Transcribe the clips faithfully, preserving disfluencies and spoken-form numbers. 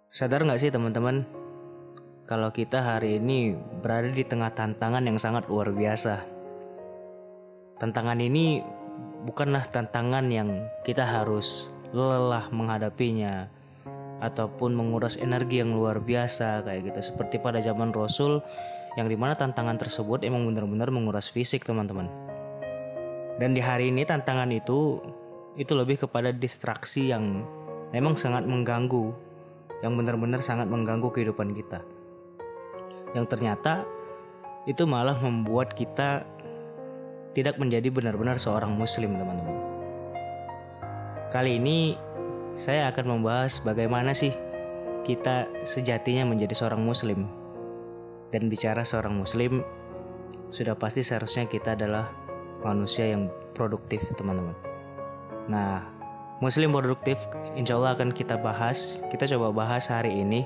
Sadar gak sih teman-teman, kalau kita hari ini berada di tengah tantangan yang sangat luar biasa. Tantangan ini bukanlah tantangan yang kita harus lelah menghadapinya ataupun menguras energi yang luar biasa kayak gitu, seperti pada zaman Rasul yang dimana tantangan tersebut emang benar-benar menguras fisik teman-teman. Dan di hari ini tantangan itu itu lebih kepada distraksi yang memang sangat mengganggu, yang benar-benar sangat mengganggu kehidupan kita, yang ternyata itu malah membuat kita tidak menjadi benar-benar seorang muslim teman-teman. Kali ini saya akan membahas bagaimana sih kita sejatinya menjadi seorang muslim. Dan bicara seorang muslim, sudah pasti seharusnya kita adalah manusia yang produktif teman-teman. Nah, muslim produktif insya Allah akan kita bahas. Kita coba bahas hari ini.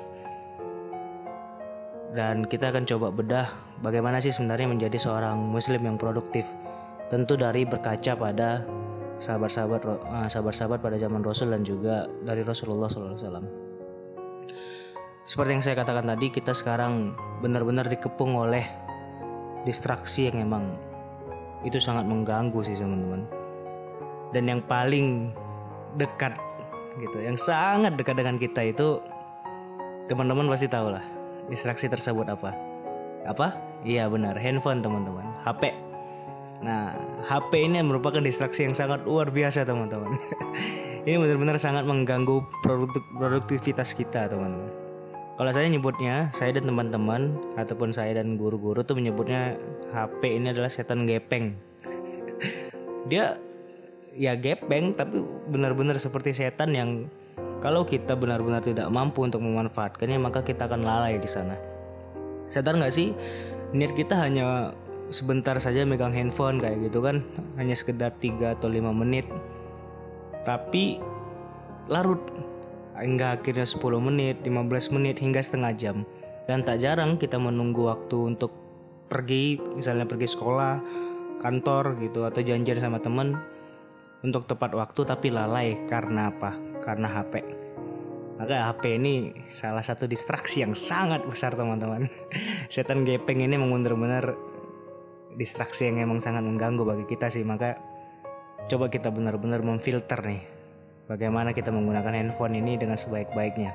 Dan kita akan coba bedah bagaimana sih sebenarnya menjadi seorang muslim yang produktif. Tentu dari berkaca pada sahabat-sahabat uh, sahabat-sahabat pada zaman Rasul dan juga dari Rasulullah shallallahu alaihi wasallam. Seperti yang saya katakan tadi, kita sekarang benar-benar dikepung oleh distraksi yang emang itu sangat mengganggu sih teman-teman. Dan yang paling dekat gitu, yang sangat dekat dengan kita itu, teman-teman pasti tahu lah distraksi tersebut apa? Apa? Iya benar, handphone teman-teman, H P. Nah, H P ini merupakan distraksi yang sangat luar biasa teman-teman. Ini benar-benar sangat mengganggu produk- produktivitas kita teman-teman. Kalau saya nyebutnya, saya dan teman-teman ataupun saya dan guru-guru tuh menyebutnya H P ini adalah setan gepeng. Dia ya gepeng tapi benar-benar seperti setan yang kalau kita benar-benar tidak mampu untuk memanfaatkannya, maka kita akan lalai di sana. Sadar nggak sih, niat kita hanya sebentar saja megang handphone kayak gitu kan, hanya sekedar tiga atau lima menit, tapi larut hingga akhirnya sepuluh menit, lima belas menit hingga setengah jam. Dan tak jarang kita menunggu waktu untuk pergi, misalnya pergi sekolah, kantor gitu, atau janjian sama teman untuk tepat waktu, tapi lalai karena apa? Karena H P. Maka H P ini salah satu distraksi yang sangat besar teman-teman. Setan gepeng ini memang benar-benar distraksi yang emang sangat mengganggu bagi kita sih. Maka coba kita benar-benar memfilter nih, bagaimana kita menggunakan handphone ini dengan sebaik-baiknya.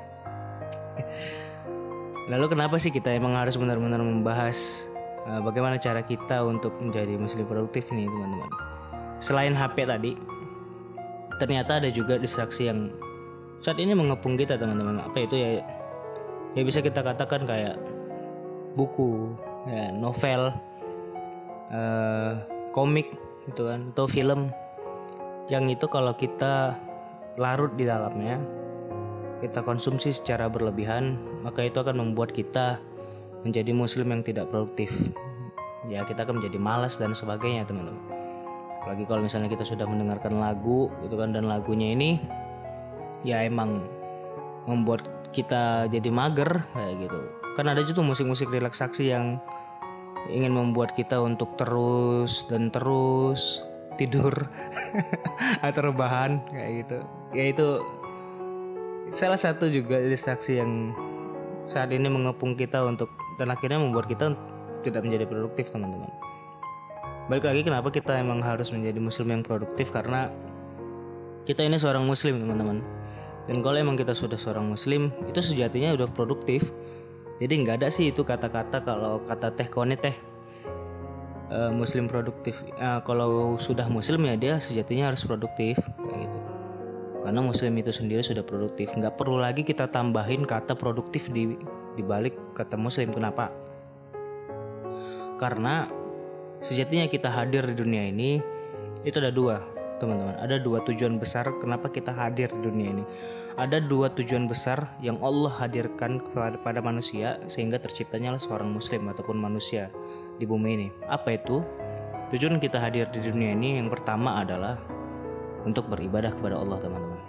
Lalu kenapa sih kita emang harus benar-benar membahas uh, bagaimana cara kita untuk menjadi muslim produktif ini teman-teman. Selain H P tadi, ternyata ada juga distraksi yang saat ini mengepung kita teman-teman. Apa itu ya? Ya bisa kita katakan kayak buku, ya, novel, uh, komik gitu kan, atau film. Yang itu kalau kita larut di dalamnya, kita konsumsi secara berlebihan, maka itu akan membuat kita menjadi muslim yang tidak produktif. Ya, kita akan menjadi malas dan sebagainya teman-teman. Apalagi kalau misalnya kita sudah mendengarkan lagu gitu kan, dan lagunya ini ya emang membuat kita jadi mager kayak gitu. Kan ada juga musik-musik relaksasi yang ingin membuat kita untuk terus dan terus tidur atau rebahan kayak gitu. Ya itu salah satu juga distraksi yang saat ini mengepung kita untuk, dan akhirnya membuat kita tidak menjadi produktif teman-teman. Balik lagi, kenapa kita emang harus menjadi muslim yang produktif? Karena kita ini seorang muslim teman-teman. Dan kalau emang kita sudah seorang muslim, itu sejatinya udah produktif. Jadi nggak ada sih itu kata-kata, kalau kata Teh Kone teh uh, muslim produktif. Uh, kalau sudah muslim ya dia sejatinya harus produktif kayak gitu. Karena muslim itu sendiri sudah produktif. Nggak perlu lagi kita tambahin kata produktif di di balik kata muslim. Kenapa? Karena sejatinya kita hadir di dunia ini itu ada dua teman-teman. Ada dua tujuan besar kenapa kita hadir di dunia ini. Ada dua tujuan besar yang Allah hadirkan kepada manusia sehingga terciptanya seorang muslim ataupun manusia di bumi ini. Apa itu? Tujuan kita hadir di dunia ini yang pertama adalah untuk beribadah kepada Allah teman-teman.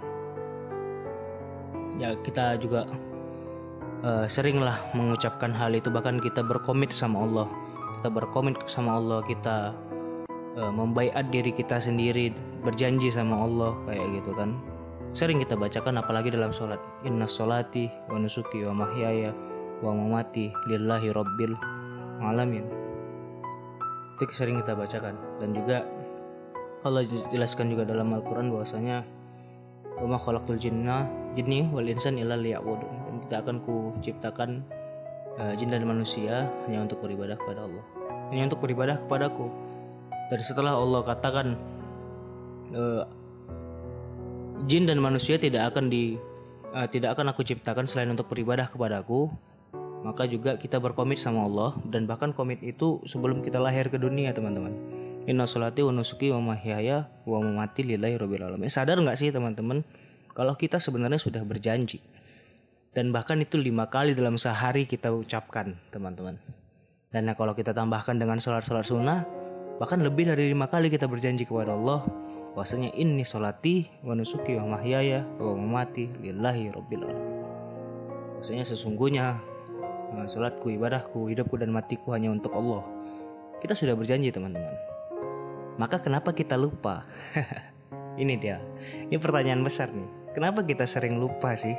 Ya, kita juga uh, seringlah mengucapkan hal itu, bahkan kita berkomit sama Allah. Kita berkomit sama Allah, kita uh, membaiat diri kita sendiri, berjanji sama Allah kayak gitu kan. sering kita bacakan apalagi dalam sholat. Inna sholati wa nusuki wa mahyaya wa mamati lillahi rabbil alamin. Itu sering kita bacakan. Dan juga Allah jelaskan juga dalam Al-Quran bahwasanya wa ma khalaqtul jinna jinni wal insan illa liya'budun. Dan tidak akan ku ciptakan uh, jin dan manusia hanya untuk beribadah kepada Allah, hanya untuk beribadah kepadaku. Dan setelah Allah katakan uh, jin dan manusia tidak akan di uh, tidak akan aku ciptakan selain untuk beribadah kepadaku, maka juga kita berkomit sama Allah. Dan bahkan komit itu sebelum kita lahir ke dunia, teman-teman. Inna sholati wa nusuki wa mahyaya wa mamati lillahi rabbil alamin. Sadar nggak sih teman-teman kalau kita sebenarnya sudah berjanji, dan bahkan itu lima kali dalam sehari kita ucapkan, teman-teman. Dan nah, kalau kita tambahkan dengan sholat-sholat sunnah, bahkan lebih dari lima kali kita berjanji kepada Allah bahwasanya inni sholati wa nusuki wa mahyaya wa mamati lillahi rabbil alamin. Bahwasanya sesungguhnya sholatku, ibadahku, hidupku dan matiku hanya untuk Allah. Kita sudah berjanji, teman-teman. Maka kenapa kita lupa? Ini dia. Ini pertanyaan besar nih. Kenapa kita sering lupa sih?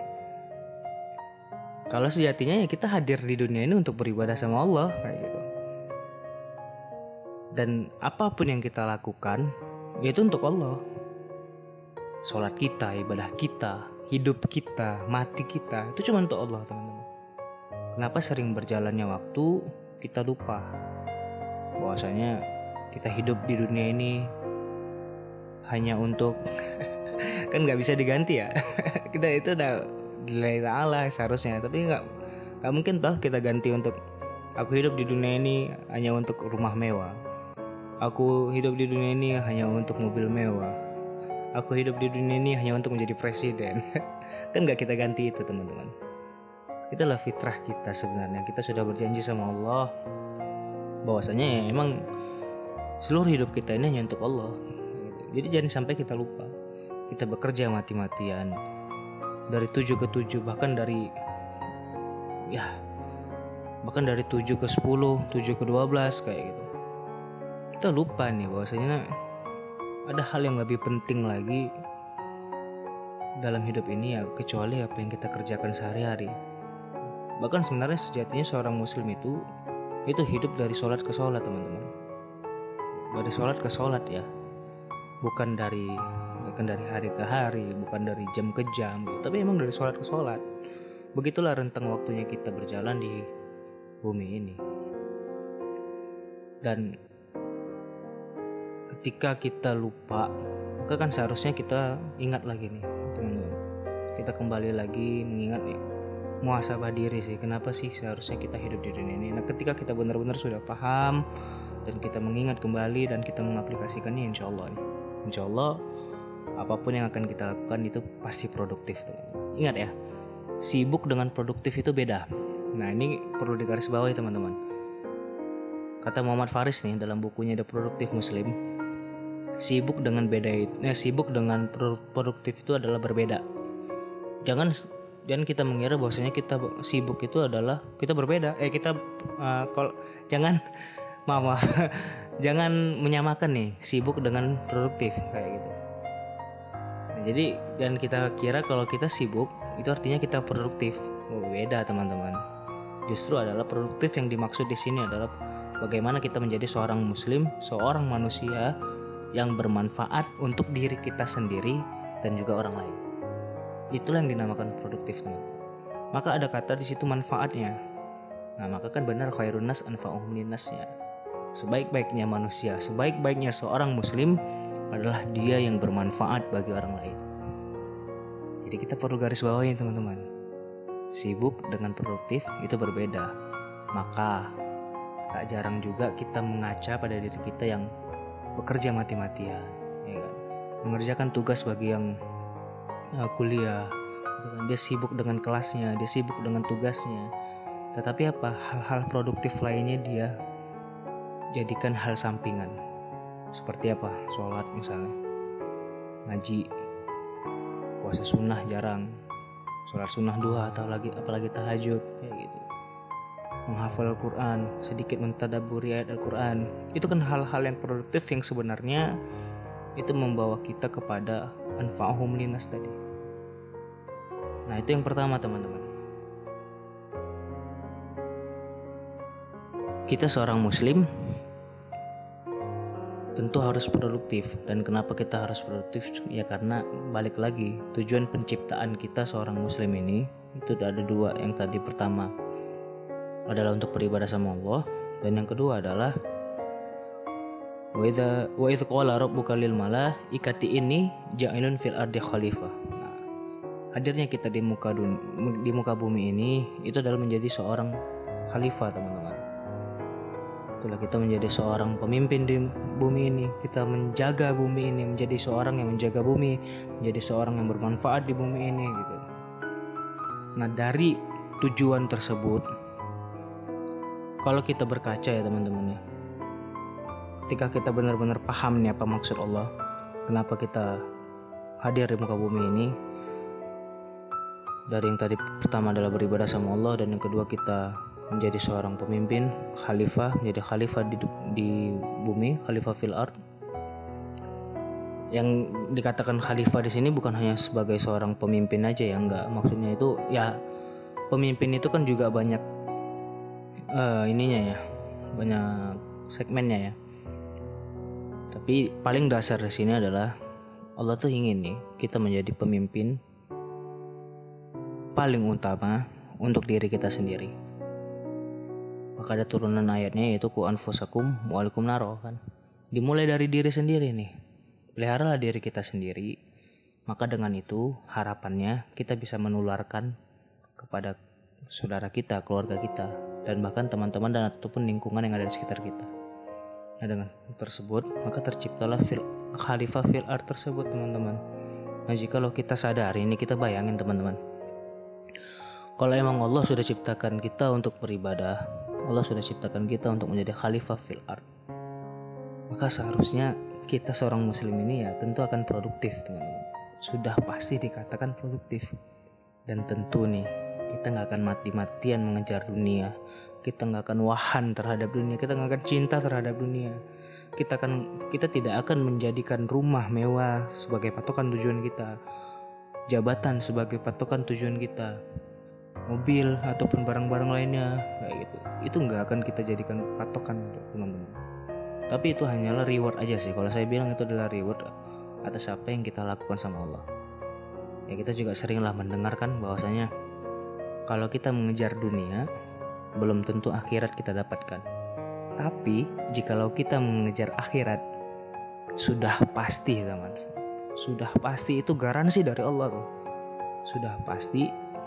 Kalau sejatinya ya kita hadir di dunia ini untuk beribadah sama Allah kayak gitu. Dan apapun yang kita lakukan yaitu untuk Allah. Sholat kita, ibadah kita, hidup kita, mati kita, itu cuma untuk Allah, teman-teman. Kenapa sering berjalannya waktu kita lupa bahwasanya kita hidup di dunia ini hanya untuk kan nggak bisa diganti ya. Kita itu udah lillahi ta'ala seharusnya, tapi nggak nggak mungkin toh kita ganti untuk aku hidup di dunia ini hanya untuk rumah mewah. Aku hidup di dunia ini hanya untuk mobil mewah. Aku hidup di dunia ini hanya untuk menjadi presiden. Kan gak kita ganti itu, teman-teman. Itulah fitrah kita sebenarnya. Kita sudah berjanji sama Allah bahwasanya ya emang seluruh hidup kita ini hanya untuk Allah. Jadi jangan sampai kita lupa. Kita bekerja mati-matian dari tujuh ke tujuh, bahkan dari ya bahkan dari tujuh ke sepuluh, tujuh ke dua belas kayak gitu. Kita lupa nih bahwasanya ada hal yang lebih penting lagi dalam hidup ini ya, kecuali apa yang kita kerjakan sehari-hari. Bahkan sebenarnya sejatinya seorang muslim itu itu hidup dari sholat ke sholat, teman-teman. Dari sholat ke sholat ya, bukan dari bukan dari hari ke hari, bukan dari jam ke jam, tapi emang dari sholat ke sholat. Begitulah rentang waktunya kita berjalan di bumi ini. Dan ketika kita lupa, maka kan seharusnya kita ingat lagi nih, teman-teman. Kita kembali lagi mengingat nih, muhasabah diri sih, kenapa sih seharusnya kita hidup di dunia ini. Nah, ketika kita benar-benar sudah paham dan kita mengingat kembali dan kita mengaplikasikannya, insya Allah nih, insya Allah apapun yang akan kita lakukan itu pasti produktif, teman-teman. Ingat ya, sibuk dengan produktif itu beda. Nah, ini perlu digarisbawahi, teman-teman. Kata Muhammad Faris nih dalam bukunya The Productive Muslim, sibuk dengan beda itu, eh, sibuk dengan produktif itu adalah berbeda. Jangan jangan kita mengira bahwasanya kita sibuk itu adalah kita berbeda. Eh kita uh, kol, jangan maaf, maaf. Jangan menyamakan nih sibuk dengan produktif kayak gitu. Nah, jadi jangan kita kira kalau kita sibuk itu artinya kita produktif. Oh, beda, teman-teman. Justru adalah produktif yang dimaksud di sini adalah bagaimana kita menjadi seorang muslim, seorang manusia yang bermanfaat untuk diri kita sendiri dan juga orang lain. Itulah yang dinamakan produktif, teman. Maka ada kata di situ manfaatnya. Nah, maka kan benar khairun nas anfa'uhum linnasnya. Sebaik-baiknya manusia, sebaik-baiknya seorang muslim adalah dia yang bermanfaat bagi orang lain. Jadi kita perlu garis bawahi, teman-teman. Sibuk dengan produktif itu berbeda. Maka tak jarang juga kita mengaca pada diri kita yang bekerja mati-matian, ya kan? Mengerjakan tugas bagi yang uh, kuliah, dia sibuk dengan kelasnya, dia sibuk dengan tugasnya. Tetapi apa, hal-hal produktif lainnya dia jadikan hal sampingan. Seperti apa, sholat misalnya, ngaji, puasa sunnah jarang, sholat sunnah duha atau lagi apalagi tahajud kayak gitu. Menghafal Al-Quran, sedikit mentadabburi ayat Al-Quran. Itu kan hal-hal yang produktif yang sebenarnya itu membawa kita kepada anfa'uhum linnas tadi. Nah, itu yang pertama teman-teman. Kita seorang muslim tentu harus produktif. Dan kenapa kita harus produktif? Ya karena balik lagi, tujuan penciptaan kita seorang muslim ini itu ada dua. Yang tadi pertama adalah untuk beribadah sama Allah, dan yang kedua adalah wa idza wa idz qala rabbuka lil malaikati inni ja'ilun fil ardi khalifah. Nah, hadirnya kita di muka dun- di muka bumi ini itu adalah menjadi seorang khalifah, teman-teman. Itulah kita menjadi seorang pemimpin di bumi ini. Kita menjaga bumi ini, menjadi seorang yang menjaga bumi, menjadi seorang yang bermanfaat di bumi ini gitu. Nah, dari tujuan tersebut, kalau kita berkaca ya teman-teman ya, ketika kita benar-benar paham nih apa maksud Allah, kenapa kita hadir di muka bumi ini, dari yang tadi pertama adalah beribadah sama Allah, dan yang kedua kita menjadi seorang pemimpin, khalifah, menjadi khalifah di, di bumi, khalifah fil ard. Yang dikatakan khalifah di sini bukan hanya sebagai seorang pemimpin aja ya, enggak. Maksudnya itu ya pemimpin itu kan juga banyak uh, ininya ya, banyak segmennya ya. Tapi paling dasar di sini adalah Allah tuh ingin nih kita menjadi pemimpin paling utama untuk diri kita sendiri. Maka ada turunan ayatnya yaitu ku anfusakum wa alaikum naro kan. Dimulai dari diri sendiri nih. Peliharalah diri kita sendiri. Maka dengan itu harapannya kita bisa menularkan kepada saudara kita, keluarga kita, dan bahkan teman-teman dan ataupun lingkungan yang ada di sekitar kita. Nah, dengan tersebut maka terciptalah fil, khalifah fil ard tersebut, teman-teman. Nah, jika lo kita sadari ini, kita bayangin teman-teman, kalau emang Allah sudah ciptakan kita untuk beribadah, Allah sudah ciptakan kita untuk menjadi khalifah fil ard, maka seharusnya kita seorang muslim ini ya tentu akan produktif, teman-teman. Sudah pasti dikatakan produktif. Dan tentu nih kita gak akan mati-matian mengejar dunia. Kita gak akan wahan terhadap dunia. Kita gak akan cinta terhadap dunia. Kita akan kita tidak akan menjadikan rumah mewah sebagai patokan tujuan kita, jabatan sebagai patokan tujuan kita, mobil ataupun barang-barang lainnya kayak gitu. Itu nggak akan kita jadikan patokan, teman-teman. Tapi itu hanyalah reward aja sih. Kalau saya bilang itu adalah reward atas apa yang kita lakukan sama Allah. Ya, kita juga seringlah mendengarkan bahwasanya kalau kita mengejar dunia belum tentu akhirat kita dapatkan. Tapi jikalau kita mengejar akhirat, sudah pasti, teman. Sudah pasti, itu garansi dari Allah tuh. Sudah pasti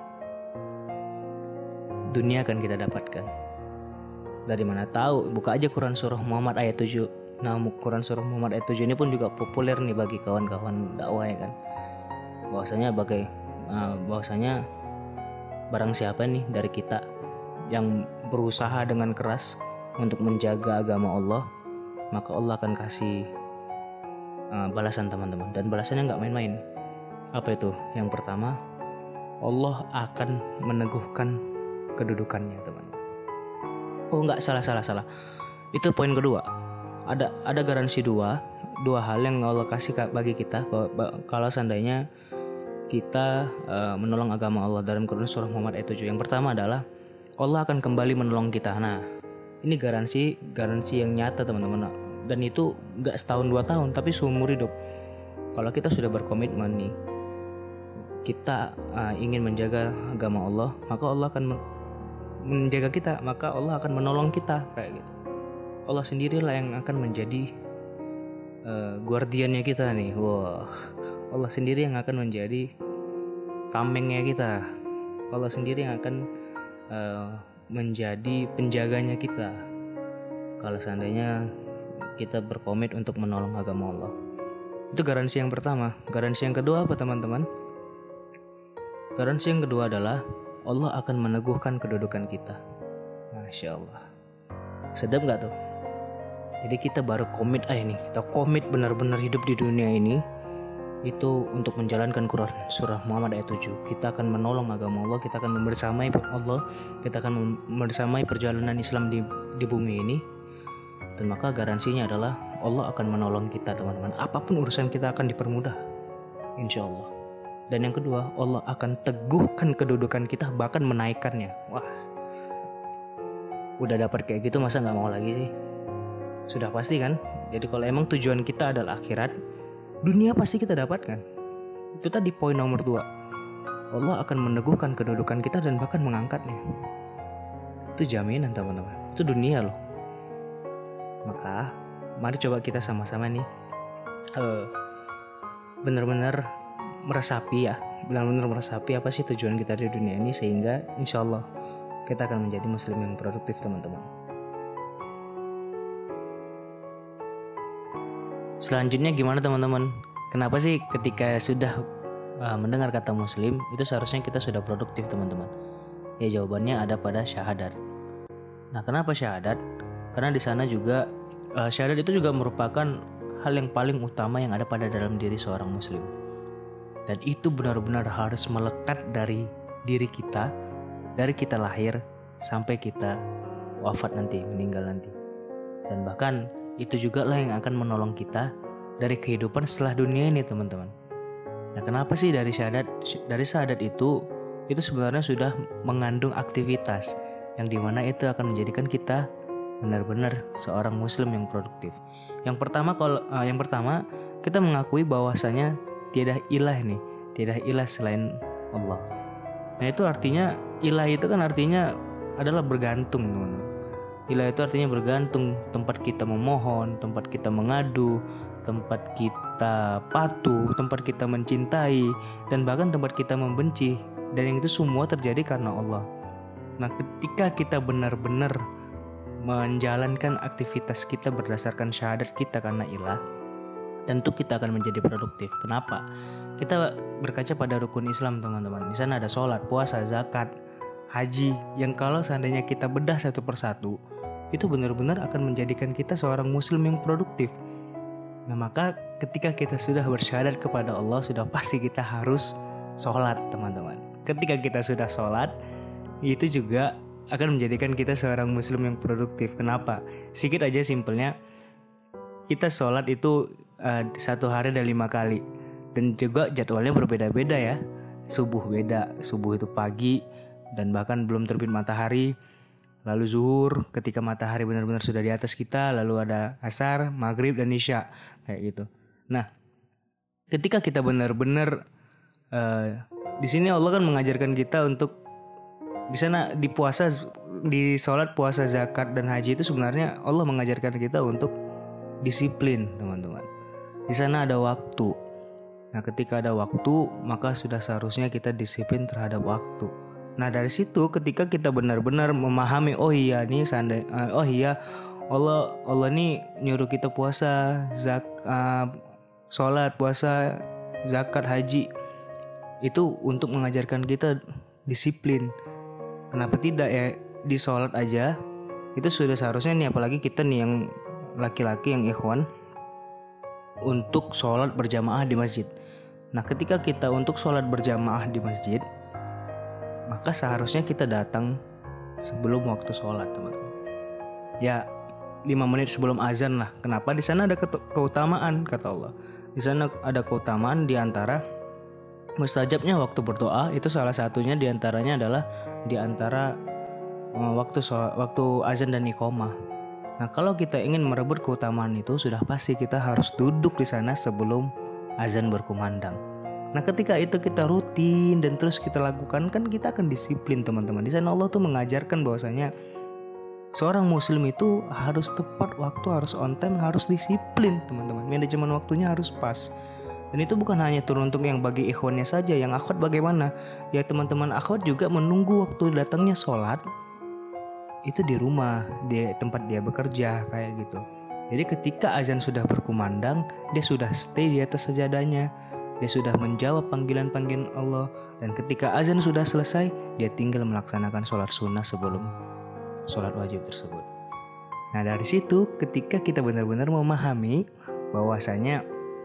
dunia akan kita dapatkan. Dari mana tahu? Buka aja Quran surah Muhammad ayat tujuh. Nah, Quran surah Muhammad ayat tujuh ini pun juga populer nih bagi kawan-kawan dakwah ya kan. Bahwasanya bagai uh, bahwasanya barang siapa nih dari kita yang berusaha dengan keras untuk menjaga agama Allah, maka Allah akan kasih uh, balasan, teman-teman. Dan balasannya nggak main-main. Apa itu? Yang pertama, Allah akan meneguhkan kedudukannya, teman. Oh enggak, salah salah salah. Itu poin kedua. Ada ada garansi dua, dua hal yang Allah kasih bagi kita bahwa, bahwa kalau seandainya kita uh, menolong agama Allah dalam Quran surah Muhammad ayat tujuh. Yang pertama adalah Allah akan kembali menolong kita. Nah, ini garansi garansi yang nyata, teman-teman. Dan itu enggak setahun dua tahun, tapi seumur hidup. Kalau kita sudah berkomitmen nih, kita uh, ingin menjaga agama Allah, maka Allah akan menjaga kita, maka Allah akan menolong kita kayak gitu. Allah sendirilah yang akan menjadi uh, guardiannya kita nih. Wah, Allah sendiri yang akan menjadi tamengnya kita. Allah sendiri yang akan uh, menjadi penjaganya kita. Kalau seandainya kita berkomit untuk menolong agama Allah. Itu garansi yang pertama. Garansi yang kedua apa, teman-teman? Garansi yang kedua adalah Allah akan meneguhkan kedudukan kita. Masya Allah. Sedap gak tuh? Jadi kita baru komit aja nih. Kita komit benar-benar hidup di dunia ini. Itu untuk menjalankan Quran surah Muhammad ayat tujuh. Kita akan menolong agama Allah. Kita akan membersamai Allah. Kita akan membersamai perjalanan Islam di, di bumi ini. Dan maka garansinya adalah Allah akan menolong kita, teman-teman. Apapun urusan kita akan dipermudah, insya Allah. Dan yang kedua, Allah akan teguhkan kedudukan kita, bahkan menaikkannya. Wah, udah dapat kayak gitu masa gak mau lagi sih? Sudah pasti kan? Jadi kalau emang tujuan kita adalah akhirat, dunia pasti kita dapatkan. Itu tadi poin nomor dua. Allah akan meneguhkan kedudukan kita dan bahkan mengangkatnya. Itu jaminan teman-teman. Itu dunia loh. Maka mari coba kita sama-sama nih uh, benar-benar meresapi ya, benar-benar meresapi apa sih tujuan kita di dunia ini, sehingga insya Allah kita akan menjadi muslim yang produktif teman-teman. Selanjutnya gimana teman-teman? Kenapa sih ketika sudah uh, mendengar kata muslim itu seharusnya kita sudah produktif teman-teman? Ya jawabannya ada pada syahadat. Nah kenapa syahadat? Karena di sana juga uh, syahadat itu juga merupakan hal yang paling utama yang ada pada dalam diri seorang muslim. Dan itu benar-benar harus melekat dari diri kita, dari kita lahir sampai kita wafat nanti, meninggal nanti. Dan bahkan itu juga lah yang akan menolong kita dari kehidupan setelah dunia ini teman-teman. Nah kenapa sih dari syahadat? Dari syahadat itu itu sebenarnya sudah mengandung aktivitas yang dimana itu akan menjadikan kita benar-benar seorang muslim yang produktif. Yang pertama kalau uh, yang pertama kita mengakui bahwasanya tiada ilah nih, tiada ilah selain Allah. Nah itu artinya ilah itu kan artinya adalah bergantung teman-teman. Ilah itu artinya bergantung, tempat kita memohon, tempat kita mengadu, tempat kita patuh, tempat kita mencintai, dan bahkan tempat kita membenci. Dan yang itu semua terjadi karena Allah. Nah ketika kita benar-benar menjalankan aktivitas kita berdasarkan syahadat kita karena ilah, tentu kita akan menjadi produktif. Kenapa? Kita berkaca pada rukun Islam teman-teman. Di sana ada sholat, puasa, zakat, haji, yang kalau seandainya kita bedah satu persatu, itu benar-benar akan menjadikan kita seorang muslim yang produktif. Nah maka ketika kita sudah bersyahadat kepada Allah, sudah pasti kita harus sholat teman-teman. Ketika kita sudah sholat, itu juga akan menjadikan kita seorang muslim yang produktif. Kenapa? Sedikit aja simpelnya, kita sholat itu uh, satu hari ada lima kali. Dan juga jadwalnya berbeda-beda ya. Subuh beda, subuh itu pagi dan bahkan belum terbit matahari. Lalu zuhur ketika matahari benar-benar sudah di atas kita. Lalu ada asar, maghrib dan isya, kayak gitu. Nah ketika kita benar-benar uh, di sini Allah kan mengajarkan kita untuk di sana di puasa, di sholat, puasa, zakat dan haji itu sebenarnya Allah mengajarkan kita untuk disiplin teman-teman. Di sana ada waktu. Nah ketika ada waktu maka sudah seharusnya kita disiplin terhadap waktu. Nah dari situ ketika kita benar-benar memahami, oh iya nih seandainya, oh iya Allah Allah nih nyuruh kita puasa, zak, uh, sholat, puasa, zakat, haji, itu untuk mengajarkan kita disiplin. Kenapa tidak ya di sholat aja itu sudah seharusnya nih, apalagi kita nih yang laki-laki yang ikhwan, untuk sholat berjamaah di masjid. Nah ketika kita untuk sholat berjamaah di masjid, maka seharusnya kita datang sebelum waktu sholat teman-teman. Ya lima menit sebelum azan lah. Kenapa? Di sana ada keutamaan kata Allah. Di sana ada keutamaan di antara mustajabnya waktu berdoa, itu salah satunya di antaranya adalah di antara uh, waktu sholat, waktu azan dan iqamah. Nah kalau kita ingin merebut keutamaan itu, sudah pasti kita harus duduk di sana sebelum azan berkumandang. Nah ketika itu kita rutin dan terus kita lakukan, kan kita akan disiplin teman-teman. Di sana Allah tuh mengajarkan bahwasanya seorang muslim itu harus tepat waktu, harus on time, harus disiplin teman-teman. Manajemen waktunya harus pas. Dan itu bukan hanya turun untuk yang bagi ikhwannya saja. Yang akhwat bagaimana? Ya teman-teman akhwat juga menunggu waktu datangnya sholat itu di rumah, di tempat dia bekerja kayak gitu. Jadi ketika azan sudah berkumandang, dia sudah stay di atas sajadahnya. Dia sudah menjawab panggilan-panggilan Allah. Dan ketika azan sudah selesai, dia tinggal melaksanakan sholat sunnah sebelum sholat wajib tersebut. Nah dari situ ketika kita benar-benar memahami bahwasanya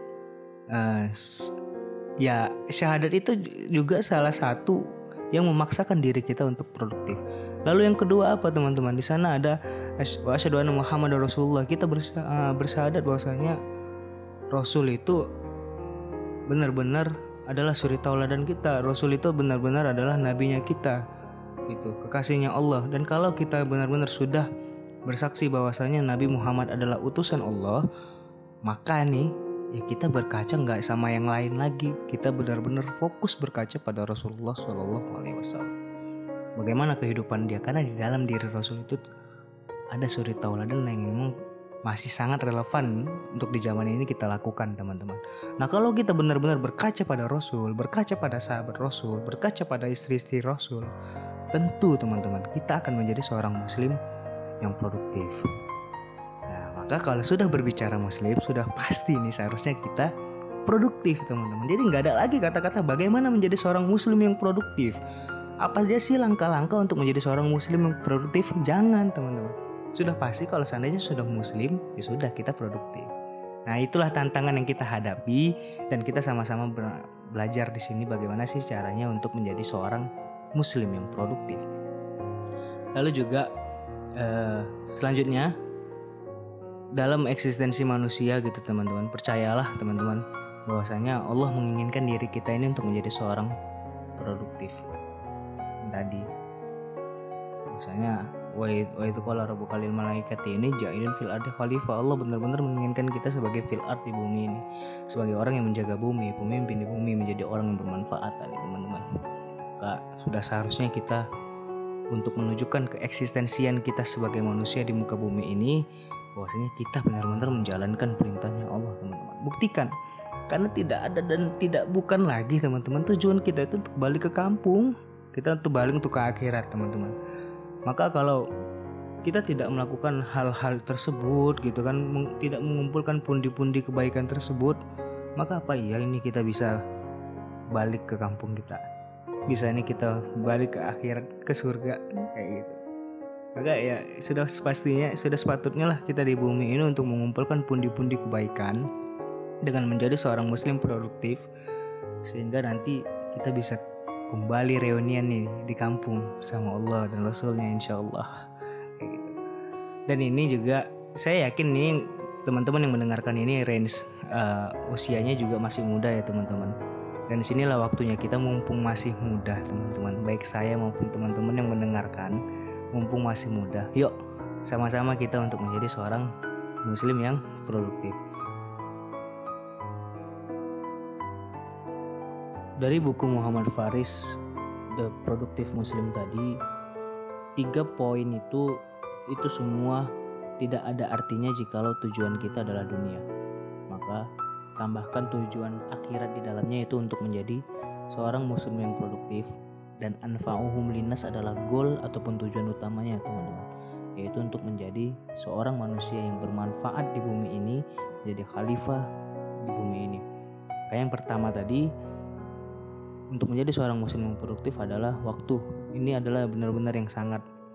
uh, ya syahadat itu juga salah satu yang memaksakan diri kita untuk produktif. Lalu yang kedua apa teman-teman? Di sana ada wa asyhadu anna Muhammadar Rasulullah. Kita bersyahadat bahwasanya Rasul itu benar-benar adalah suri tauladan kita. Rasul itu benar-benar adalah nabinya kita, gitu, kekasihnya Allah. Dan kalau kita benar-benar sudah bersaksi bahwasanya Nabi Muhammad adalah utusan Allah, maka nih ya kita berkaca nggak sama yang lain lagi. Kita benar-benar fokus berkaca pada Rasulullah Shallallahu Alaihi Wasallam. Bagaimana kehidupan dia? Karena di dalam diri Rasul itu ada suri tauladan yang memang masih sangat relevan untuk di zaman ini kita lakukan, teman-teman. Nah, kalau kita benar-benar berkaca pada Rasul, berkaca pada sahabat Rasul, berkaca pada istri-istri Rasul, tentu teman-teman kita akan menjadi seorang muslim yang produktif. Nah, maka kalau sudah berbicara muslim, sudah pasti nih seharusnya kita produktif, teman-teman. Jadi nggak ada lagi kata-kata bagaimana menjadi seorang muslim yang produktif. Apa aja sih langkah-langkah untuk menjadi seorang muslim yang produktif? Jangan, teman-teman. Sudah pasti kalau seandainya sudah muslim, ya sudah kita produktif. Nah, itulah tantangan yang kita hadapi dan kita sama-sama belajar di sini bagaimana sih caranya untuk menjadi seorang muslim yang produktif. Lalu juga eh, selanjutnya dalam eksistensi manusia gitu, teman-teman, percayalah teman-teman bahwasanya Allah menginginkan diri kita ini untuk menjadi seorang produktif. Tadi misalnya wa itu qala rabbuka lil malaikati ini ja'ilun fil ardi khalifah. Allah benar-benar menginginkan kita sebagai fil ard di bumi ini, sebagai orang yang menjaga bumi, pemimpin di bumi, menjadi orang yang bermanfaat tadi, teman-teman. Maka sudah seharusnya kita untuk menunjukkan keeksistensian kita sebagai manusia di muka bumi ini, bahwasanya kita benar-benar menjalankan perintahnya Allah, teman-teman. Buktikan, karena tidak ada dan tidak bukan lagi, teman-teman, tujuan kita itu untuk balik ke kampung, kita untuk balik untuk ke akhirat, teman-teman. Maka kalau kita tidak melakukan hal-hal tersebut gitu kan, meng, tidak mengumpulkan pundi-pundi kebaikan tersebut, maka apa iya ini kita bisa balik ke kampung kita, bisa ini kita balik ke akhirat, ke surga kayak gitu. Maka ya sudah pastinya, sudah sepatutnya lah kita di bumi ini untuk mengumpulkan pundi-pundi kebaikan dengan menjadi seorang muslim produktif, sehingga nanti kita bisa kembali reunian nih di kampung sama Allah dan Rasulnya, insya Allah. Kayak gitu. Dan ini juga saya yakin nih teman-teman yang mendengarkan ini range uh, usianya juga masih muda ya, teman-teman. Dan disinilah waktunya kita, mumpung masih muda, teman-teman, baik saya maupun teman-teman yang mendengarkan, mumpung masih muda, yuk sama-sama kita untuk menjadi seorang muslim yang produktif. Dari buku Muhammad Faris, The Productive Muslim tadi, tiga poin itu itu semua tidak ada artinya jikalau tujuan kita adalah dunia. Maka tambahkan tujuan akhirat di dalamnya, itu untuk menjadi seorang muslim yang produktif. Dan anfa'uhum linnas adalah goal ataupun tujuan utamanya, teman-teman, yaitu untuk menjadi seorang manusia yang bermanfaat di bumi ini, jadi khalifah di bumi ini. Kayak yang pertama tadi, untuk menjadi seorang muslim yang produktif adalah waktu. Ini adalah benar-benar yang sangat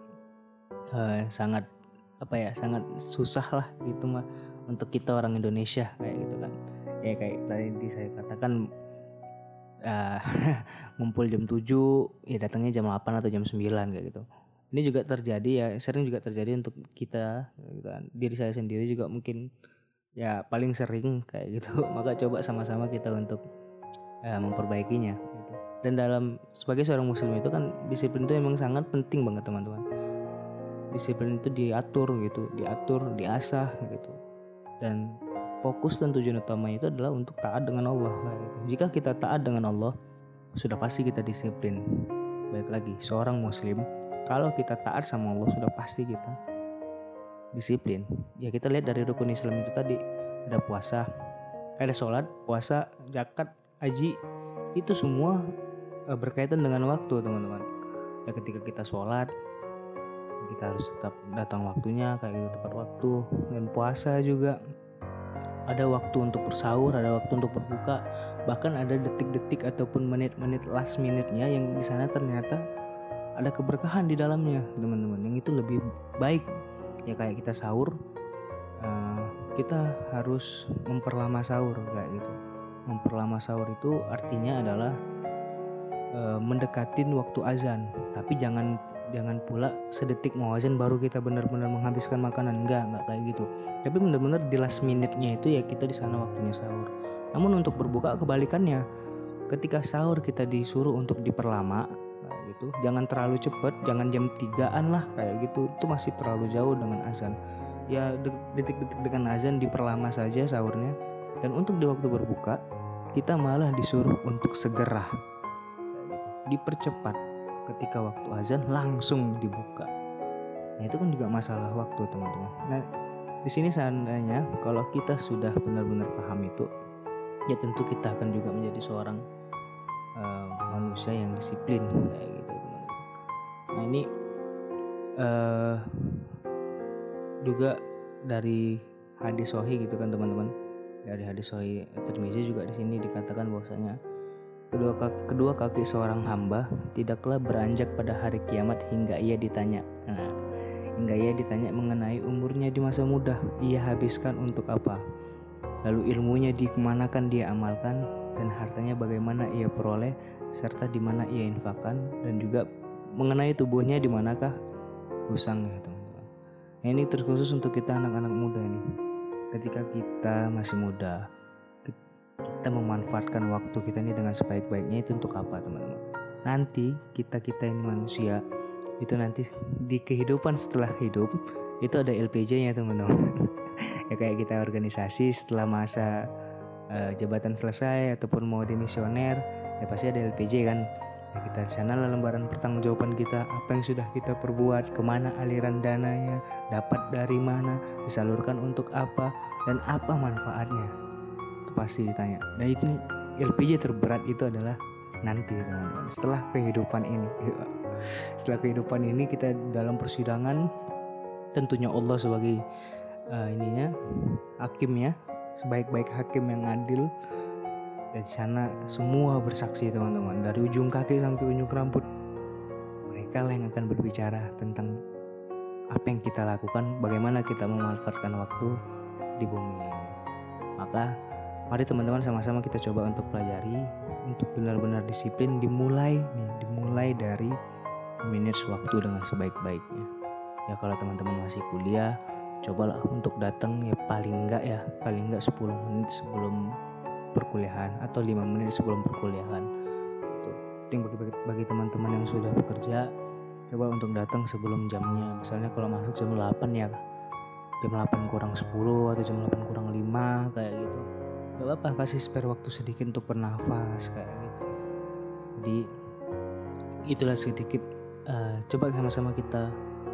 uh, sangat apa ya, sangat susah lah gitu mah untuk kita orang Indonesia kayak gitu kan. Ya kayak tadi saya katakan, uh, ngumpul jam tujuh, ya datangnya jam delapan atau jam sembilan kayak gitu. Ini juga terjadi ya, sering juga terjadi untuk kita gitu kan. Diri saya sendiri juga mungkin ya paling sering kayak gitu. Maka coba sama-sama kita untuk uh, memperbaikinya. Dan dalam sebagai seorang muslim itu kan disiplin itu memang sangat penting banget, teman-teman. Disiplin itu diatur gitu, diatur, diasah gitu. Dan fokus dan tujuan utamanya itu adalah untuk taat dengan Allah gitu. Jika kita taat dengan Allah, sudah pasti kita disiplin. Baik lagi, seorang muslim kalau kita taat sama Allah, sudah pasti kita disiplin. Ya kita lihat dari rukun Islam itu tadi, ada puasa, ada sholat, puasa, zakat, haji, itu semua berkaitan dengan waktu, teman-teman. Ya ketika kita sholat, kita harus tetap datang waktunya kayak gitu, tepat waktu. Dan puasa juga ada waktu untuk bersahur, ada waktu untuk berbuka, bahkan ada detik-detik ataupun menit-menit last minute-nya yang di sana ternyata ada keberkahan di dalamnya, teman-teman. Yang itu lebih baik. Ya kayak kita sahur, uh, kita harus memperlama sahur kayak gitu. Memperlama sahur itu artinya adalah mendekatin waktu azan, tapi jangan jangan pula sedetik mau azan baru kita benar-benar menghabiskan makanan, enggak enggak kayak gitu. Tapi benar-benar di last minute-nya itu ya kita di sana waktunya sahur. Namun untuk berbuka kebalikannya, ketika sahur kita disuruh untuk diperlama kayak gitu, jangan terlalu cepat, jangan jam tigaan lah kayak gitu, itu masih terlalu jauh dengan azan. Ya detik-detik dengan azan diperlama saja sahurnya. Dan untuk di waktu berbuka kita malah disuruh untuk segera dipercepat, ketika waktu azan langsung dibuka. Nah itu kan juga masalah waktu teman-teman. Nah di sini seandainya kalau kita sudah benar-benar paham itu, ya tentu kita akan juga menjadi seorang uh, manusia yang disiplin kayak gitu teman-teman. Nah ini uh, juga dari hadis sahih gitu kan teman-teman. Dari hadis sahih Tirmizi juga di sini dikatakan bahwasanya kedua kaki, kedua kaki seorang hamba tidaklah beranjak pada hari kiamat hingga ia ditanya. Nah, hingga ia ditanya mengenai umurnya di masa muda, ia habiskan untuk apa? Lalu ilmunya dimanakan dia amalkan, dan hartanya bagaimana ia peroleh, serta di mana ia infakkan, dan juga mengenai tubuhnya di manakah usangnya teman-teman. Nah, ini terkhusus untuk kita anak-anak muda ini. Ketika kita masih muda, kita memanfaatkan waktu kita ini dengan sebaik-baiknya, itu untuk apa teman-teman? Nanti kita-kita ini manusia, itu nanti di kehidupan setelah hidup itu ada L P J-nya teman-teman. Ya kayak kita organisasi setelah masa uh, jabatan selesai ataupun mau dimisioner, ya pasti ada L P J kan. Ya kita di sana lah lembaran pertanggungjawaban kita, apa yang sudah kita perbuat, kemana aliran dananya, dapat dari mana, disalurkan untuk apa, dan apa manfaatnya. Itu pasti ditanya. Dan ini L P J terberat itu adalah nanti teman-teman, setelah kehidupan ini. Setelah kehidupan ini kita dalam persidangan, tentunya Allah sebagai uh, ininya hakimnya, sebaik-baik hakim yang adil. Dan di sana semua bersaksi teman-teman, dari ujung kaki sampai ujung rambut. Mereka lah yang akan berbicara tentang apa yang kita lakukan, bagaimana kita memanfaatkan waktu di bumi ini. Maka mari teman-teman sama-sama kita coba untuk pelajari, untuk benar-benar disiplin, dimulai nih, dimulai dari manage waktu dengan sebaik-baiknya. Ya kalau teman-teman masih kuliah, cobalah untuk datang ya paling enggak ya, paling enggak sepuluh menit sebelum perkuliahan atau lima menit sebelum perkuliahan. Itu bagi, bagi, bagi teman-teman yang sudah bekerja, coba untuk datang sebelum jamnya. Misalnya kalau masuk jam delapan ya, jam delapan kurang sepuluh atau jam delapan kurang lima kayak gitu. Gak apa-apa, kasih spare waktu sedikit untuk bernafas kayak gitu. Jadi itulah sedikit uh, coba sama-sama kita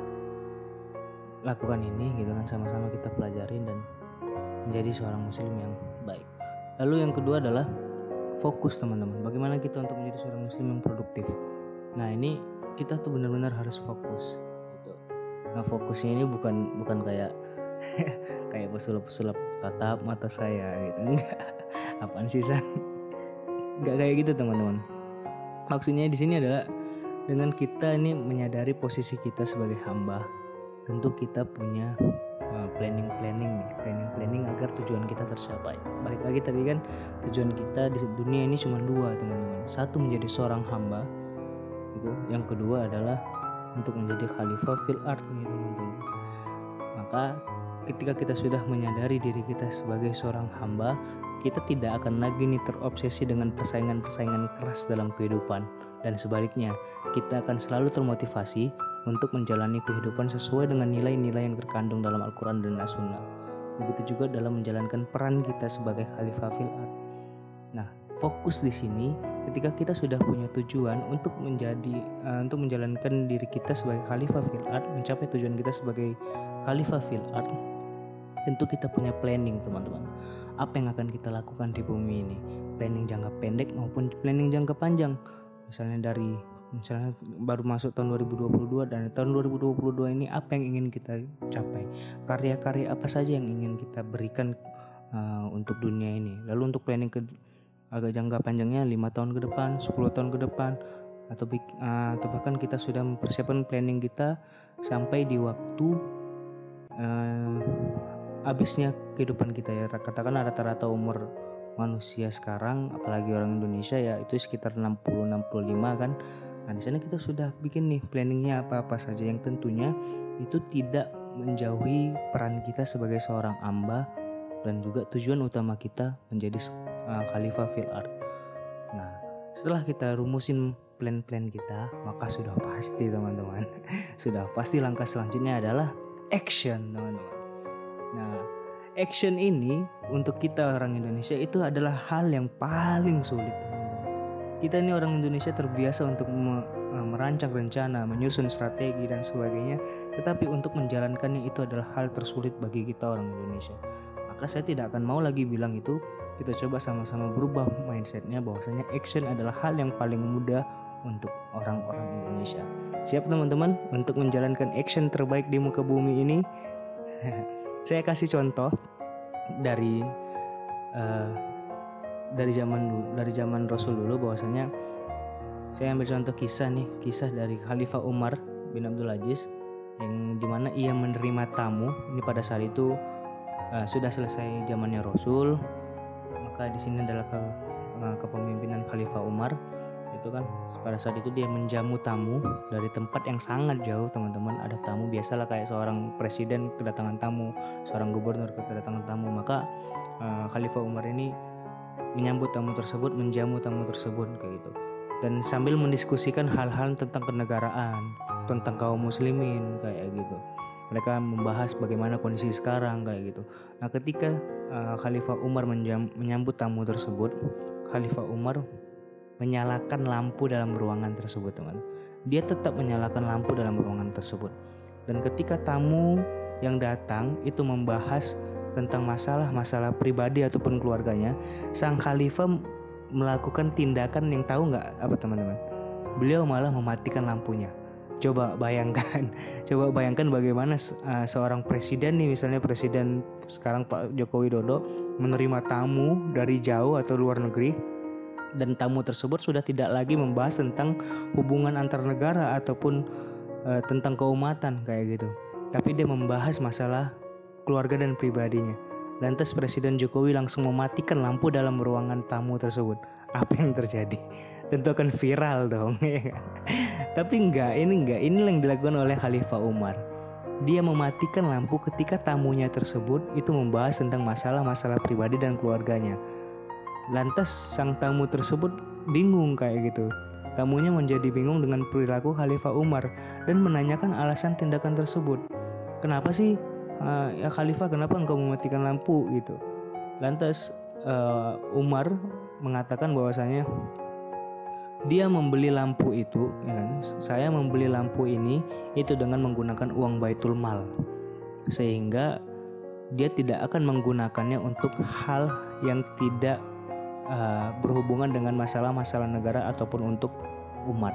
lakukan ini gitu kan, sama-sama kita pelajarin dan menjadi seorang muslim yang baik. Lalu yang kedua adalah fokus teman-teman. Bagaimana kita untuk menjadi seorang muslim yang produktif? Nah ini kita tuh benar-benar harus fokus gitu. Nah fokusnya ini bukan bukan kayak kayak pesulap-pesulap tatap mata saya gitu, enggak. Apaan sih San? Enggak kayak gitu teman-teman. Maksudnya di sini adalah dengan kita ini menyadari posisi kita sebagai hamba, tentu kita punya uh, planning-planning nih, planning-planning agar tujuan kita tercapai. Balik lagi tadi kan, tujuan kita di dunia ini cuma dua teman-teman. Satu menjadi seorang hamba, gitu. Yang kedua adalah untuk menjadi khalifah fil ard nih teman-teman. Maka ketika kita sudah menyadari diri kita sebagai seorang hamba, kita tidak akan lagi nih terobsesi dengan persaingan-persaingan keras dalam kehidupan. Dan sebaliknya, kita akan selalu termotivasi untuk menjalani kehidupan sesuai dengan nilai-nilai yang terkandung dalam Al-Quran dan As-Sunnah. Begitu juga dalam menjalankan peran kita sebagai khalifah fil ard. Nah, fokus di sini ketika kita sudah punya tujuan untuk menjadi uh, untuk menjalankan diri kita sebagai khalifah fil ard, mencapai tujuan kita sebagai khalifah fil ard, tentu kita punya planning teman-teman. Apa yang akan kita lakukan di bumi ini? Planning jangka pendek maupun planning jangka panjang. Misalnya dari misalnya baru masuk tahun dua ribu dua puluh dua, dan tahun dua ribu dua puluh dua ini apa yang ingin kita capai, karya-karya apa saja yang ingin kita berikan uh, untuk dunia ini. Lalu untuk planning ke agak jangka panjangnya lima tahun ke depan, sepuluh tahun ke depan, atau uh, atau bahkan kita sudah mempersiapkan planning kita sampai di waktu uh, habisnya kehidupan kita ya. Katakan rata-rata umur manusia sekarang, apalagi orang Indonesia ya, itu sekitar enam puluh sampai enam puluh lima kan. Nah di sana kita sudah bikin nih planningnya apa-apa saja yang tentunya itu tidak menjauhi peran kita sebagai seorang hamba dan juga tujuan utama kita menjadi uh, khalifah fil ard. Nah Setelah kita rumusin plan-plan kita, maka sudah pasti teman-teman, sudah pasti langkah selanjutnya adalah action teman-teman. Nah, action ini untuk kita orang Indonesia itu adalah hal yang paling sulit teman-teman. Kita ini orang Indonesia terbiasa untuk me- merancang rencana, menyusun strategi dan sebagainya, tetapi untuk menjalankannya itu adalah hal tersulit bagi kita orang Indonesia. Maka saya tidak akan mau lagi bilang itu. Kita coba sama-sama berubah mindsetnya bahwasanya action adalah hal yang paling mudah untuk orang-orang Indonesia. Siap teman-teman untuk menjalankan action terbaik di muka bumi ini? Saya kasih contoh dari uh, dari zaman dulu, dari zaman Rasul dulu, bahwasanya saya ambil contoh kisah nih, kisah dari Khalifah Umar bin Abdul Aziz yang dimana ia menerima tamu. Ini pada saat itu uh, sudah selesai zamannya Rasul. Maka di sini adalah ke, uh, kepemimpinan Khalifah Umar. Itu kan pada saat itu dia menjamu tamu dari tempat yang sangat jauh teman-teman. Ada tamu, biasalah kayak seorang presiden kedatangan tamu, seorang gubernur kedatangan tamu. Maka uh, Khalifah Umar ini menyambut tamu tersebut, menjamu tamu tersebut kayak gitu. Dan sambil mendiskusikan hal-hal tentang kenegaraan, tentang kaum muslimin kayak gitu. Mereka membahas bagaimana kondisi sekarang kayak gitu. Nah, ketika uh, Khalifah Umar menjam, menyambut tamu tersebut, Khalifah Umar menyalakan lampu dalam ruangan tersebut, teman. Dia tetap menyalakan lampu dalam ruangan tersebut. Dan ketika tamu yang datang itu membahas tentang masalah-masalah pribadi ataupun keluarganya, sang Khalifah melakukan tindakan yang tahu nggak apa teman-teman? Beliau malah mematikan lampunya. Coba bayangkan, coba bayangkan bagaimana uh, seorang presiden nih, misalnya presiden sekarang Pak Joko Widodo menerima tamu dari jauh atau luar negeri, dan tamu tersebut sudah tidak lagi membahas tentang hubungan antar negara ataupun uh, tentang keumatan kayak gitu, tapi dia membahas masalah keluarga dan pribadinya. Lantas Presiden Jokowi langsung mematikan lampu dalam ruangan tamu tersebut. Apa yang terjadi? Tentu akan viral dong. Tapi enggak, ini enggak. Ini yang dilakukan oleh Khalifah Umar. Dia mematikan lampu ketika tamunya tersebut itu membahas tentang masalah-masalah pribadi dan keluarganya. Lantas sang tamu tersebut bingung kayak gitu. Tamunya menjadi bingung dengan perilaku Khalifah Umar dan menanyakan alasan tindakan tersebut. Kenapa sih uh, ya Khalifah, kenapa engkau mematikan lampu gitu? Lantas uh, Umar mengatakan bahwasanya dia membeli lampu itu, ya kan? Saya membeli lampu ini itu dengan menggunakan uang Baitul Mal, sehingga dia tidak akan menggunakannya untuk hal yang tidak uh, berhubungan dengan masalah-masalah negara ataupun untuk umat.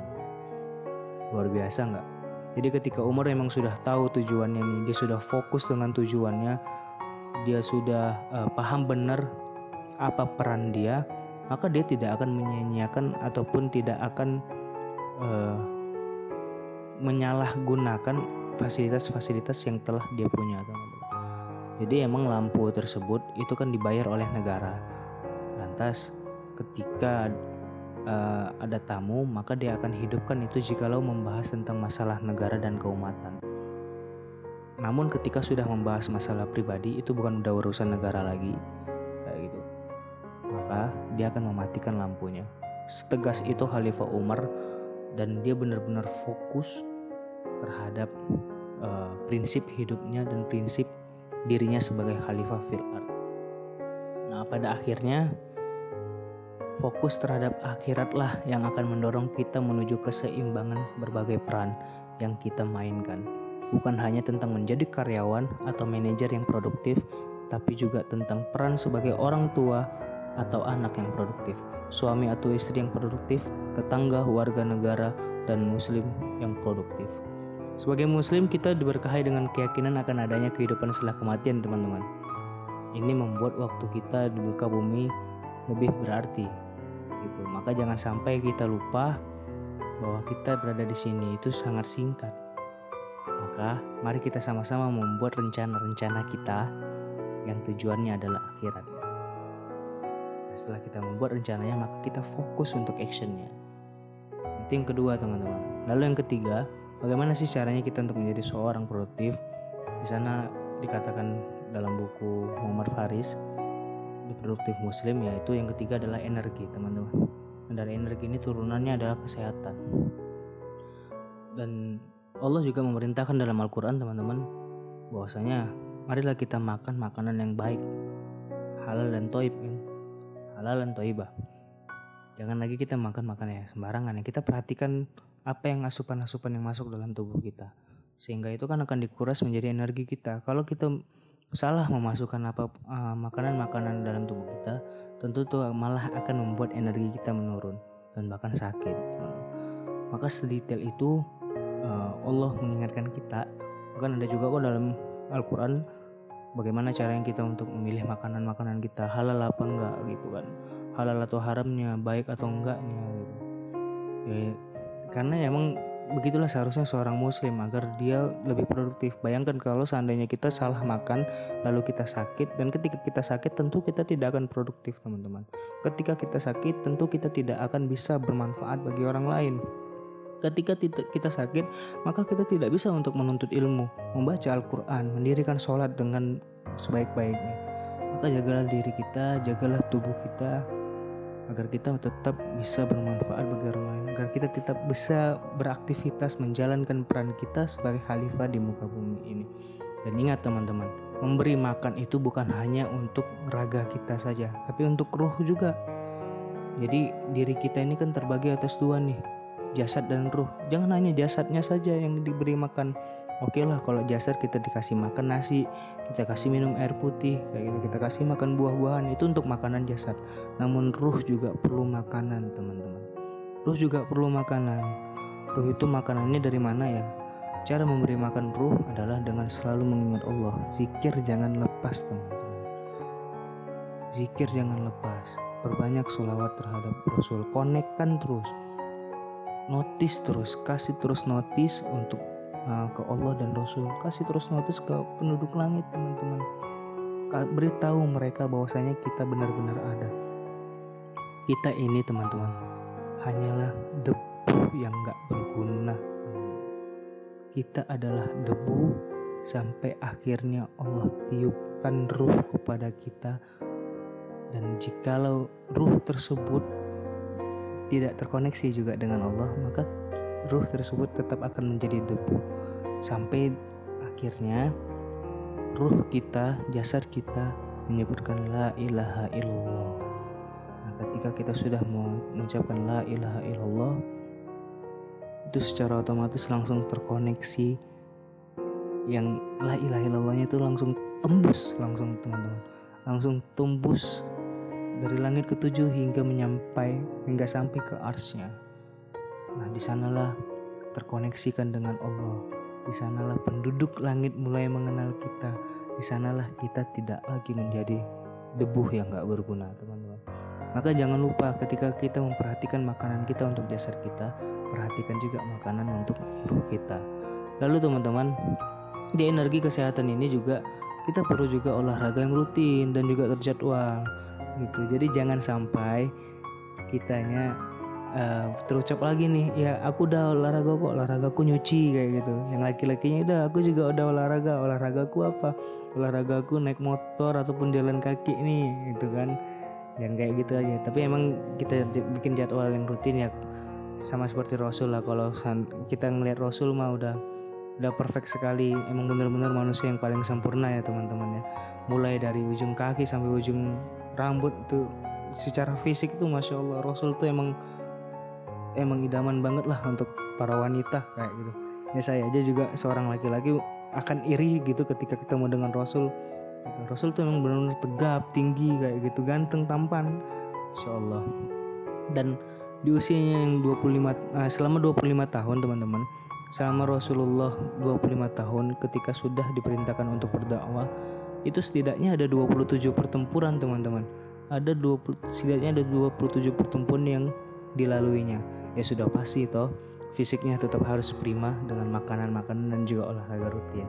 Luar biasa nggak? Jadi ketika Umar memang sudah tahu tujuannya nih, dia sudah fokus dengan tujuannya, dia sudah uh, paham benar apa peran dia, maka dia tidak akan menyia-nyiakan ataupun tidak akan uh, menyalahgunakan fasilitas-fasilitas yang telah dia punya, teman-teman. Jadi emang lampu tersebut itu kan dibayar oleh negara. Lantas ketika uh, ada tamu, maka dia akan hidupkan itu jikalau membahas tentang masalah negara dan keumatan. Namun ketika sudah membahas masalah pribadi, itu bukan udah urusan negara lagi kayak gitu, maka dia akan mematikan lampunya. Setegas itu Khalifah Umar, dan dia benar-benar fokus terhadap uh, prinsip hidupnya dan prinsip dirinya sebagai Khalifah fil ard. Nah, pada akhirnya fokus terhadap akhiratlah yang akan mendorong kita menuju keseimbangan berbagai peran yang kita mainkan. Bukan hanya tentang menjadi karyawan atau manajer yang produktif, tapi juga tentang peran sebagai orang tua atau anak yang produktif, suami atau istri yang produktif, tetangga, warga negara, dan muslim yang produktif. Sebagai muslim, kita diberkahi dengan keyakinan akan adanya kehidupan setelah kematian, teman-teman. Ini membuat waktu kita di muka bumi lebih berarti gitu. Maka jangan sampai kita lupa bahwa kita berada di sini itu sangat singkat. Maka mari kita sama-sama membuat rencana-rencana kita yang tujuannya adalah akhirat. Nah, setelah kita membuat rencananya, maka kita fokus untuk actionnya. Itu yang kedua, teman-teman. Lalu yang ketiga, bagaimana sih caranya kita untuk menjadi seorang produktif? Di sana dikatakan dalam buku Muhammad Faris, The Productive Muslim, yaitu yang ketiga adalah energi, teman-teman. Dan dari energi ini turunannya adalah kesehatan. Dan Allah juga memerintahkan dalam Al-Quran teman-teman, bahwasanya marilah kita makan makanan yang baik, halal dan thayyib, kan? Halal dan thayyibah. Jangan lagi kita makan makanan yang sembarangan. Ya. Kita perhatikan apa yang asupan-asupan yang masuk dalam tubuh kita, sehingga itu kan akan dikuras menjadi energi kita. Kalau kita salah memasukkan apa uh, makanan-makanan dalam tubuh kita, tentu itu malah akan membuat energi kita menurun dan bahkan sakit. Maka sedetail itu uh, Allah mengingatkan kita. Bahkan ada juga kok dalam Al-Quran bagaimana caranya kita untuk memilih makanan-makanan kita, halal apa enggak gitu kan, halal atau haramnya, baik atau enggaknya gitu. Ya, karena emang begitulah seharusnya seorang muslim agar dia lebih produktif. Bayangkan kalau seandainya kita salah makan lalu kita sakit, dan ketika kita sakit tentu kita tidak akan produktif teman-teman. Ketika kita sakit tentu kita tidak akan bisa bermanfaat bagi orang lain. Ketika kita sakit maka kita tidak bisa untuk menuntut ilmu, membaca Al-Quran, mendirikan sholat dengan sebaik-baiknya. Maka jagalah diri kita, jagalah tubuh kita, agar kita tetap bisa bermanfaat bagi orang lain, agar kita tetap bisa beraktivitas menjalankan peran kita sebagai khalifah di muka bumi ini. Dan ingat teman-teman, memberi makan itu bukan hanya untuk raga kita saja, tapi untuk ruh juga. Jadi diri kita ini kan terbagi atas dua nih, jasad dan ruh. Jangan hanya jasadnya saja yang diberi makan. Oke lah kalau jasad kita dikasih makan nasi, kita kasih minum air putih, kayak gitu, kita kasih makan buah-buahan, itu untuk makanan jasad. Namun ruh juga perlu makanan teman-teman. Ruh juga perlu makanan. Ruh itu makanannya dari mana ya? Cara memberi makan ruh adalah dengan selalu mengingat Allah. Zikir jangan lepas teman-teman. Zikir jangan lepas. Perbanyak sholawat terhadap Rasul. Konekkan terus. Notis terus. Kasih terus notis untuk ke Allah dan Rasul. Kasih terus notis ke penduduk langit teman-teman. Beritahu mereka bahwasanya kita benar-benar ada. Kita ini teman-teman hanyalah debu yang gak berguna. Kita adalah debu sampai akhirnya Allah tiupkan ruh kepada kita. Dan jikalau ruh tersebut tidak terkoneksi juga dengan Allah, maka ruh tersebut tetap akan menjadi debu sampai akhirnya ruh kita, jasad kita menyebutkan la ilaha illallah. Nah, ketika kita sudah mengucapkan la ilaha illallah, itu secara otomatis langsung terkoneksi. Yang la ilaha illallahnya itu langsung tembus, langsung teman-teman, langsung tembus dari langit ketujuh hingga menyampai hingga sampai ke arsy-Nya. Nah, di sanalah terkoneksikan dengan Allah. Di sanalah penduduk langit mulai mengenal kita. Di sanalah kita tidak lagi menjadi debu yang gak berguna, teman-teman. Maka jangan lupa ketika kita memperhatikan makanan kita untuk jasad kita, perhatikan juga makanan untuk ruh kita. Lalu teman-teman, di energi kesehatan ini juga kita perlu juga olahraga yang rutin dan juga terjadwal gitu. Jadi jangan sampai kitanya Uh, terucap lagi nih, ya aku udah olahraga kok, olahragaku nyuci kayak gitu. Yang laki-lakinya udah, aku juga udah olahraga, olahragaku apa? Olahragaku naik motor ataupun jalan kaki nih, gitu kan. Dan kayak gitu aja. Tapi emang kita bikin jadwal yang rutin ya, sama seperti Rasul lah. Kalau kita ngelihat Rasul mah udah udah perfect sekali. Emang benar-benar manusia yang paling sempurna ya teman-teman ya. Mulai dari ujung kaki sampai ujung rambut tuh secara fisik tuh masya Allah, Rasul tuh emang emang idaman banget lah untuk para wanita kayak gitu. Ya saya aja juga seorang laki-laki akan iri gitu ketika ketemu dengan Rasul gitu. Rasul tuh emang benar-benar tegap, tinggi kayak gitu, ganteng, tampan, Masya Allah. Dan di usianya yang dua puluh lima, nah, selama dua puluh lima tahun teman-teman, selama Rasulullah dua puluh lima tahun ketika sudah diperintahkan untuk berdakwah, itu setidaknya ada dua puluh tujuh pertempuran teman-teman. Ada dua puluh, setidaknya ada dua puluh tujuh pertempuran yang dilaluinya. Ya sudah pasti toh fisiknya tetap harus prima dengan makanan-makanan dan juga olahraga rutin.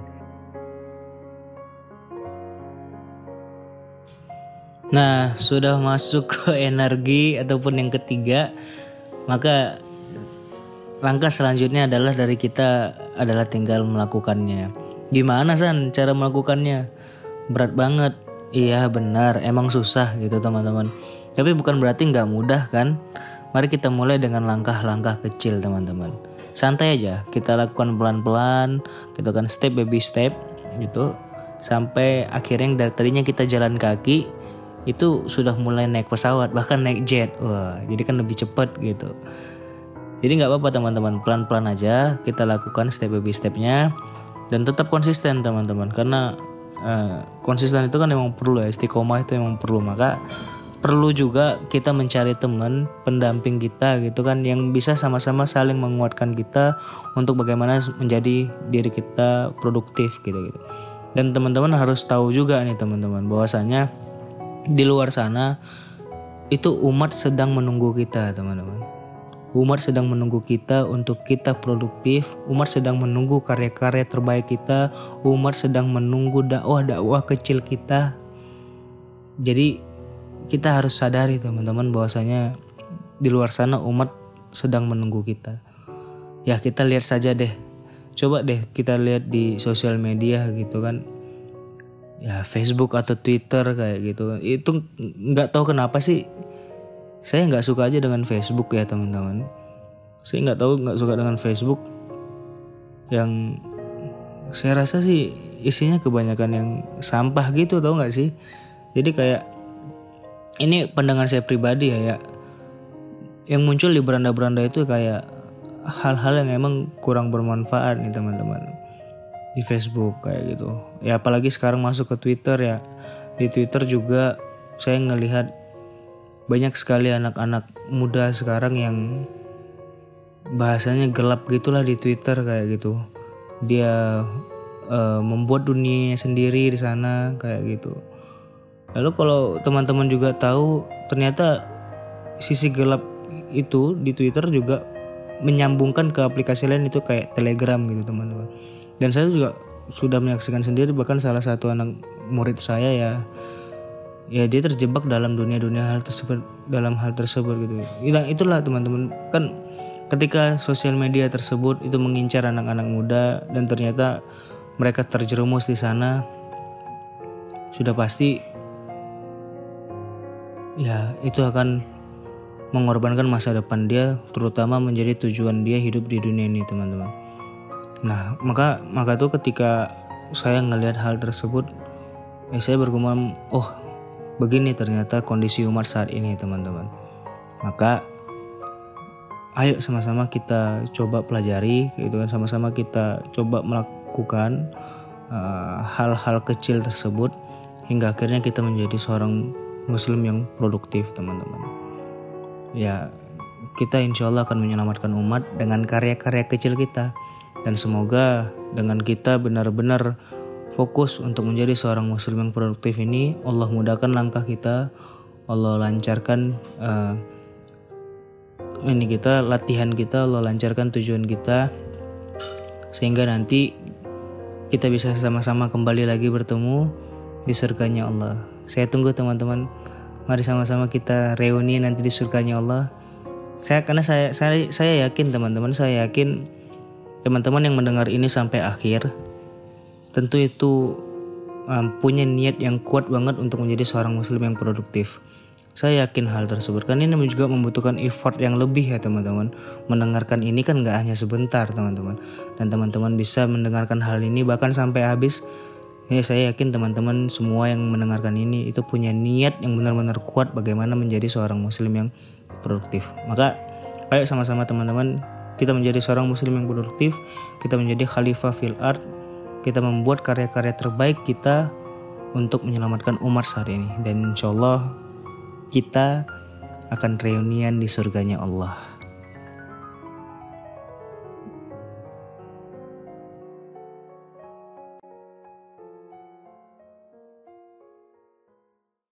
Nah, sudah masuk ke energi ataupun yang ketiga, maka langkah selanjutnya adalah dari kita adalah tinggal melakukannya. Gimana San cara melakukannya? Berat banget. Iya benar, emang susah gitu teman-teman. Tapi bukan berarti gak mudah kan. Mari kita mulai dengan langkah-langkah kecil teman-teman. Santai aja, kita lakukan pelan-pelan, kita akan step by step gitu. Sampai akhirnya yang dari tadinya kita jalan kaki, itu sudah mulai naik pesawat, bahkan naik jet. Wah, jadi kan lebih cepat gitu. Jadi gak apa-apa teman-teman, pelan-pelan aja kita lakukan step by stepnya. Dan tetap konsisten teman-teman. Karena uh, konsisten itu kan memang perlu ya, istiqomah itu memang perlu. Maka perlu juga kita mencari teman pendamping kita gitu kan, yang bisa sama-sama saling menguatkan kita untuk bagaimana menjadi diri kita produktif gitu gitu. Dan teman-teman harus tahu juga nih teman-teman, bahwasanya di luar sana itu umat sedang menunggu kita teman-teman. Umat sedang menunggu kita untuk kita produktif. Umat sedang menunggu karya-karya terbaik kita. Umat sedang menunggu dakwah-dakwah kecil kita. Jadi kita harus sadari teman-teman bahwasanya di luar sana umat sedang menunggu kita. Ya kita lihat saja deh. Coba deh kita lihat di sosial media gitu kan. Ya Facebook atau Twitter kayak gitu. Itu nggak tahu kenapa sih. Saya nggak suka aja dengan Facebook ya teman-teman. Saya nggak tahu nggak suka dengan Facebook. Yang saya rasa sih isinya kebanyakan yang sampah gitu, tahu nggak sih? Jadi kayak ini pandangan saya pribadi ya, ya. Yang muncul di beranda-beranda itu kayak hal-hal yang emang kurang bermanfaat nih teman-teman. Di Facebook kayak gitu. Ya apalagi sekarang masuk ke Twitter ya. Di Twitter juga saya ngelihat banyak sekali anak-anak muda sekarang yang bahasanya gelap gitulah di Twitter kayak gitu. Dia uh, membuat dunia sendiri di sana kayak gitu. Lalu kalau teman-teman juga tahu, ternyata sisi gelap itu di Twitter juga menyambungkan ke aplikasi lain, itu kayak Telegram gitu teman-teman. Dan saya juga sudah menyaksikan sendiri, bahkan salah satu anak murid saya ya, ya dia terjebak dalam dunia-dunia hal tersebut, dalam hal tersebut gitu. Itulah teman-teman, kan ketika sosial media tersebut itu mengincar anak-anak muda dan ternyata mereka terjerumus di sana, sudah pasti ya itu akan mengorbankan masa depan dia, terutama menjadi tujuan dia hidup di dunia ini teman-teman. Nah maka maka tuh ketika saya ngelihat hal tersebut, ya saya bergumam, oh begini ternyata kondisi umat saat ini teman-teman. Maka ayo sama-sama kita coba pelajari gitu kan, sama-sama kita coba melakukan uh, hal-hal kecil tersebut hingga akhirnya kita menjadi seorang muslim yang produktif teman-teman. Ya kita insya Allah akan menyelamatkan umat dengan karya-karya kecil kita. Dan semoga dengan kita benar-benar fokus untuk menjadi seorang muslim yang produktif ini, Allah mudahkan langkah kita, Allah lancarkan uh, ini kita, latihan kita, Allah lancarkan tujuan kita, sehingga nanti kita bisa sama-sama kembali lagi bertemu di surganya Allah. Saya tunggu teman-teman, mari sama-sama kita reuni nanti di surganya Allah. Saya karena saya saya saya yakin teman-teman, saya yakin teman-teman yang mendengar ini sampai akhir tentu itu um, punya niat yang kuat banget untuk menjadi seorang muslim yang produktif. Saya yakin hal tersebut, kan ini juga membutuhkan effort yang lebih ya teman-teman. Mendengarkan ini kan gak hanya sebentar teman-teman. Dan teman-teman bisa mendengarkan hal ini bahkan sampai habis. Ya saya yakin teman-teman semua yang mendengarkan ini itu punya niat yang benar-benar kuat bagaimana menjadi seorang muslim yang produktif. Maka ayo sama-sama teman-teman kita menjadi seorang muslim yang produktif. Kita menjadi khalifah fil ard. Kita membuat karya-karya terbaik kita untuk menyelamatkan umat saat ini. Dan insya Allah kita akan reunian di surganya Allah.